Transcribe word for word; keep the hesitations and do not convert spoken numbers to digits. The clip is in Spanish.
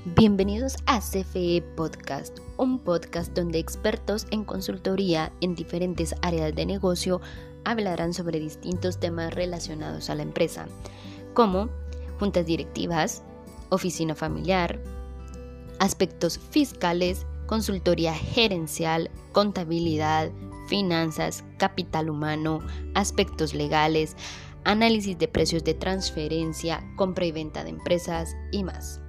Bienvenidos a C F E Podcast, un podcast donde expertos en consultoría en diferentes áreas de negocio hablarán sobre distintos temas relacionados a la empresa, como juntas directivas, oficina familiar, aspectos fiscales, consultoría gerencial, contabilidad, finanzas, capital humano, aspectos legales, análisis de precios de transferencia, compra y venta de empresas y más.